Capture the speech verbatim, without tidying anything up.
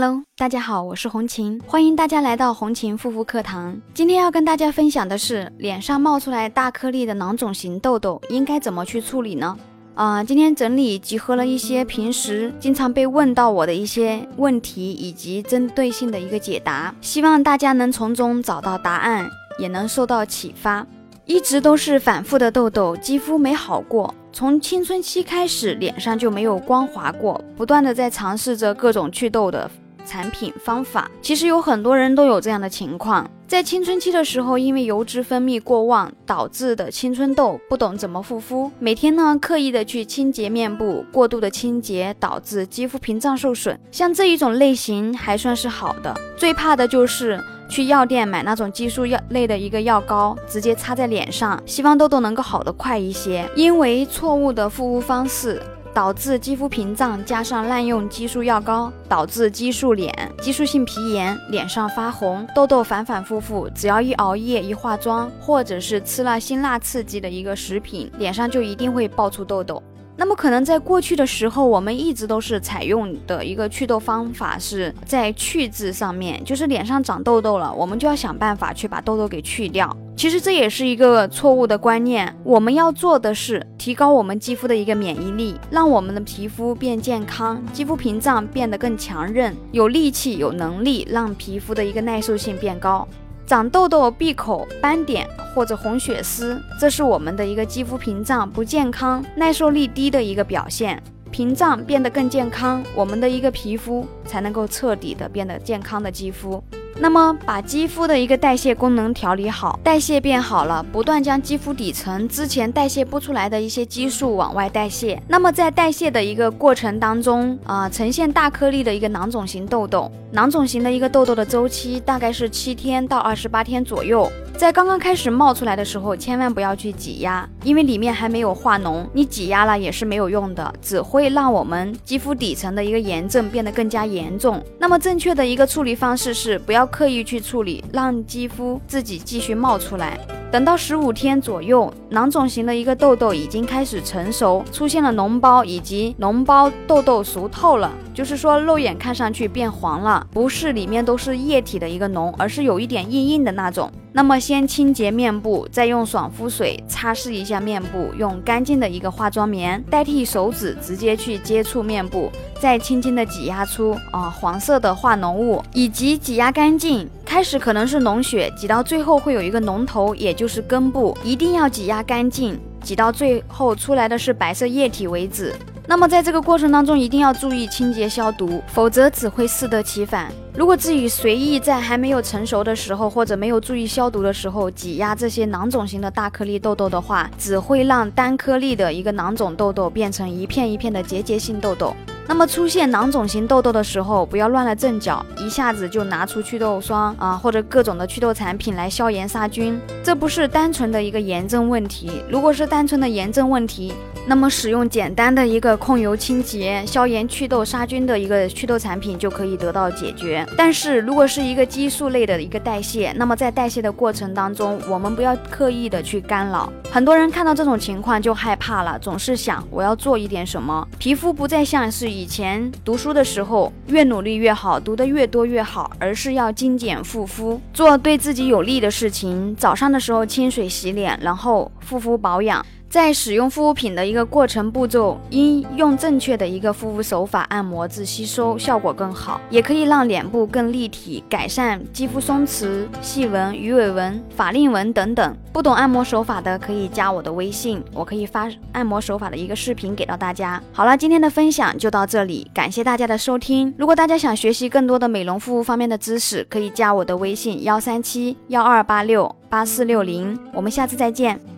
Hello， 大家好，我是红琴，欢迎大家来到红琴护肤课堂。今天要跟大家分享的是，脸上冒出来大颗粒的囊肿型痘痘应该怎么去处理呢？啊、呃，今天整理集合了一些平时经常被问到我的一些问题，以及针对性的一个解答，希望大家能从中找到答案，也能受到启发。一直都是反复的痘痘，肌肤没好过，从青春期开始脸上就没有光滑过，不断的在尝试着各种祛痘的产品方法。其实有很多人都有这样的情况，在青春期的时候，因为油脂分泌过旺导致的青春痘，不懂怎么护肤，每天呢刻意的去清洁面部，过度的清洁导致肌肤屏障受损。像这一种类型还算是好的，最怕的就是去药店买那种激素药类的一个药膏，直接擦在脸上，希望痘痘能够好得快一些。因为错误的护肤方式导致肌肤屏障，加上滥用激素药膏，导致激素脸、激素性皮炎，脸上发红，痘痘反反复复。只要一熬夜、一化妆，或者是吃了辛辣刺激的一个食品，脸上就一定会爆出痘痘。那么可能在过去的时候，我们一直都是采用的一个祛痘方法是在去痣上面，就是脸上长痘痘了，我们就要想办法去把痘痘给去掉。其实这也是一个错误的观念，我们要做的是提高我们肌肤的一个免疫力，让我们的皮肤变健康，肌肤屏障变得更强韧，有力气有能力让皮肤的一个耐受性变高。长痘痘、闭口、斑点或者红血丝，这是我们的一个肌肤屏障不健康、耐受力低的一个表现。屏障变得更健康，我们的一个皮肤才能够彻底的变得健康的肌肤。那么把肌肤的一个代谢功能调理好，代谢变好了，不断将肌肤底层之前代谢不出来的一些激素往外代谢。那么在代谢的一个过程当中啊、呃，呈现大颗粒的一个囊肿型痘痘，囊肿型的一个痘痘的周期大概是七天到二十八天左右。在刚刚开始冒出来的时候，千万不要去挤压，因为里面还没有化脓，你挤压了也是没有用的，只会让我们肌肤底层的一个炎症变得更加严重。那么正确的一个处理方式是不要刻意去处理，让肌肤自己继续冒出来。等到十五天左右，囊肿型的一个痘痘已经开始成熟，出现了脓包，以及脓包痘痘熟透了，就是说肉眼看上去变黄了，不是里面都是液体的一个脓，而是有一点硬硬的那种。那么先清洁面部，再用爽肤水擦拭一下面部，用干净的一个化妆棉代替手指直接去接触面部，再轻轻的挤压出啊、呃、黄色的化脓物，以及挤压干净。开始可能是脓血，挤到最后会有一个脓头，也就是根部，一定要挤压干净，挤到最后出来的是白色液体为止。那么在这个过程当中一定要注意清洁消毒，否则只会适得其反。如果自己随意在还没有成熟的时候，或者没有注意消毒的时候挤压这些囊肿型的大颗粒痘痘的话，只会让单颗粒的一个囊肿痘痘变成一片一片的结节性痘痘。那么出现囊肿型痘痘的时候，不要乱了阵脚，一下子就拿出祛痘霜啊，或者各种的祛痘产品来消炎杀菌，这不是单纯的一个炎症问题。如果是单纯的炎症问题，那么使用简单的一个控油清洁、消炎祛痘杀菌的一个祛痘产品就可以得到解决。但是如果是一个激素类的一个代谢，那么在代谢的过程当中，我们不要刻意的去干扰。很多人看到这种情况就害怕了，总是想我要做一点什么，皮肤不再像是以前读书的时候越努力越好，读得越多越好，而是要精简护肤，做对自己有利的事情。早上的时候清水洗脸，然后护肤保养。在使用护肤品的一个过程步骤，应用正确的一个护肤手法按摩至吸收，效果更好，也可以让脸部更立体，改善肌肤松弛、细纹、鱼尾纹、法令纹等等。不懂按摩手法的可以加我的微信，我可以发按摩手法的一个视频给到大家。好了，今天的分享就到这里，感谢大家的收听。如果大家想学习更多的美容护肤方面的知识，可以加我的微信幺三七幺二八六八四六零，我们下次再见。